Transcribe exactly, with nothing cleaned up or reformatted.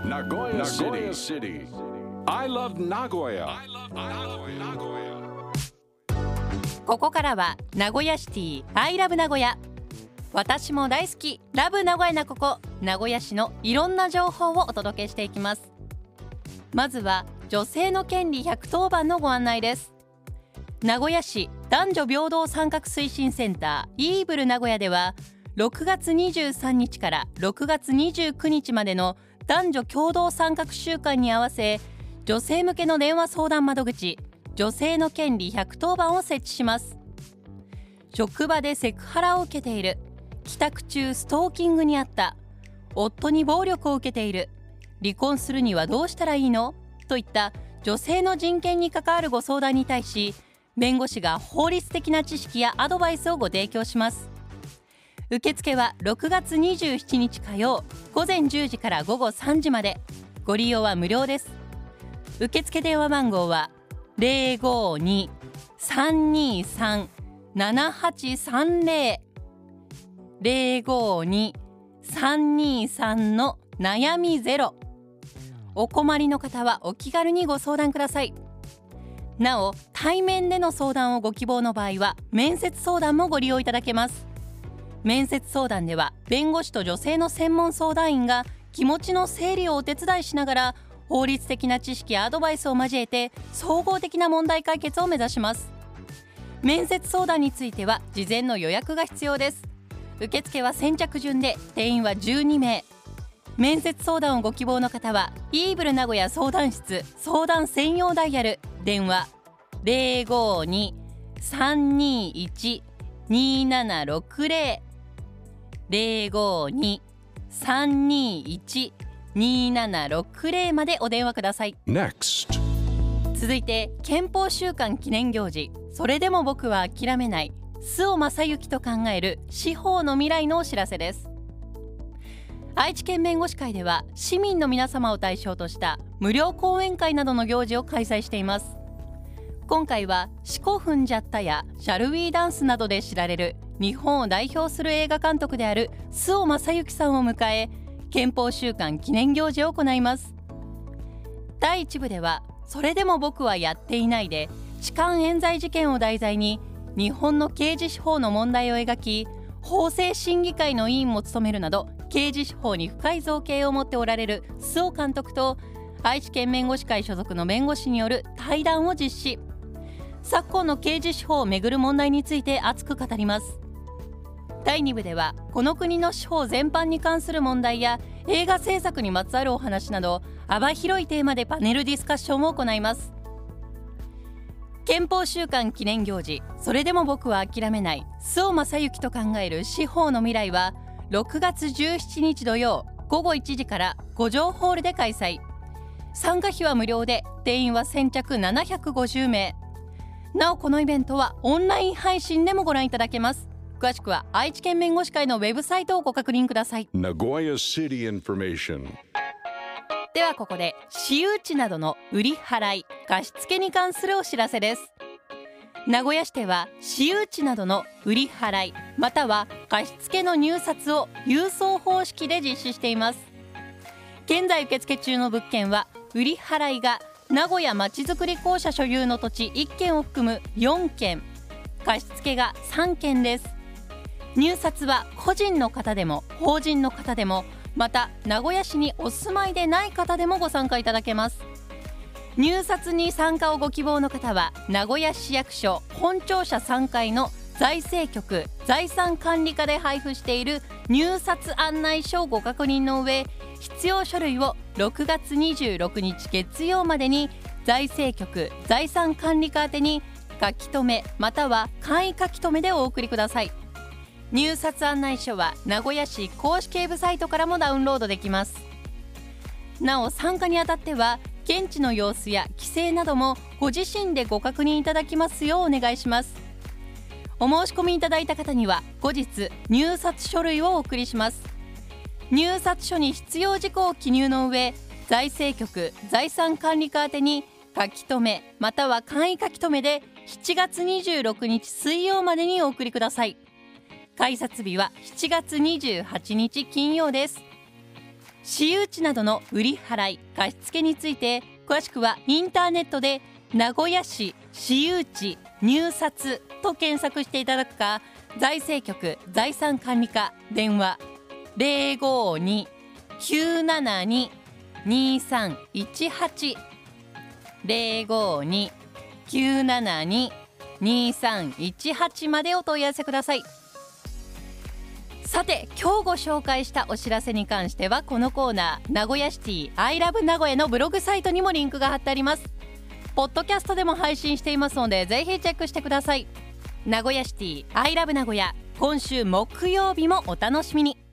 Nagoya City. I love Nagoya. ここからは名古屋シティ I love 名古屋。私も大好きラブ名古屋なここ名古屋市のいろんな情報をお届けしていきます。まずは女性の権利ひゃくとおばんのご案内です。名古屋市男女平等参画推進センターイーブル名古屋ではろくがつにじゅうさんにちからろくがつにじゅうくにちまでの男女共同参画週間に合わせ、女性向けの電話相談窓口女性の権利ひゃくとおばんを設置します。職場でセクハラを受けている、帰宅中ストーキングにあった、夫に暴力を受けている、離婚するにはどうしたらいいのといった女性の人権に関わるご相談に対し、弁護士が法律的な知識やアドバイスをご提供します。受付はろくがつにじゅうしちにち火曜ごぜんじゅうじからごごさんじまで、ご利用は無料です。受付電話番号は ゼロごに さんにさん ななはちさんゼロ ゼロごに さんにさん の悩みゼロ。お困りの方はお気軽にご相談ください。なお、対面での相談をご希望の場合は面接相談もご利用いただけます。面接相談では弁護士と女性の専門相談員が気持ちの整理をお手伝いしながら、法律的な知識やアドバイスを交えて総合的な問題解決を目指します。面接相談については事前の予約が必要です。受付は先着順で定員はじゅうにめい。面接相談をご希望の方はイーブル名古屋相談室相談専用ダイヤル電話 ゼロごに さんにいち にななろくゼロ ゼロごに さんにいち にななろくゼロ までお電話ください。 Next. 続いて憲法週間記念行事、それでも僕は諦めない周防正行と考える司法の未来のお知らせです。愛知県弁護士会では市民の皆様を対象とした無料講演会などの行事を開催しています。今回は四股踏んじゃったやシャルウィーダンスなどで知られる日本を代表する映画監督である周防正行さんを迎え、憲法週間記念行事を行います。だいいち部ではそれでも僕はやっていないで痴漢冤罪事件を題材に日本の刑事司法の問題を描き、法制審議会の委員も務めるなど刑事司法に深い造詣を持っておられる周防監督と愛知県弁護士会所属の弁護士による対談を実施。昨今の刑事司法をめぐる問題について熱く語ります。だいに部ではこの国の司法全般に関する問題や映画制作にまつわるお話など幅広いテーマでパネルディスカッションを行います。憲法週間記念行事、それでも僕は諦めない周防正行と考える司法の未来はろくがつじゅうしちにち土曜ごごいちじから五条ホールで開催。参加費は無料で定員は先着ななひゃくごじゅうめい。なおこのイベントはオンライン配信でもご覧いただけます。詳しくは愛知県弁護士会のウェブサイトをご確認ください。 Nagoya City information. ではここで私有地などの売り払い貸付に関するお知らせです。名古屋市では私有地などの売り払いまたは貸付の入札を郵送方式で実施しています。現在受付中の物件は売り払いが名古屋まちづくり公社所有の土地いっけんを含むよんけん、貸付がさんけんです。入札は個人の方でも法人の方でもまた名古屋市にお住まいでない方でもご参加いただけます。入札に参加をご希望の方は名古屋市役所本庁舎さんがいの財政局財産管理課で配布している入札案内書をご確認の上、必要書類をろくがつにじゅうろくにち月曜までに財政局財産管理課宛てに書き留めまたは簡易書き留めでお送りください。入札案内書は名古屋市公式ウェブサイトからもダウンロードできます。なお参加にあたっては現地の様子や規制などもご自身でご確認いただきますようお願いします。お申し込みいただいた方には後日入札書類をお送りします。入札書に必要事項を記入の上、財政局財産管理課宛てに書き留めまたは簡易書き留めでしちがつにじゅうろくにち水曜までにお送りください。改札日はしちがつにじゅうはちにち金曜です。 私有地などの売り払い貸付について詳しくはインターネットで名古屋市私有地入札と検索していただくか、財政局財産管理課電話 ゼロごに きゅうななに にさんいちはち ゼロごに きゅうななに にさんいちはちまでお問い合わせください。さて今日ご紹介したお知らせに関してはこのコーナー名古屋シティ I love 名古屋のブログサイトにもリンクが貼ってあります。ポッドキャストでも配信していますのでぜひチェックしてください。名古屋シティ I love 名古屋、今週木曜日もお楽しみに。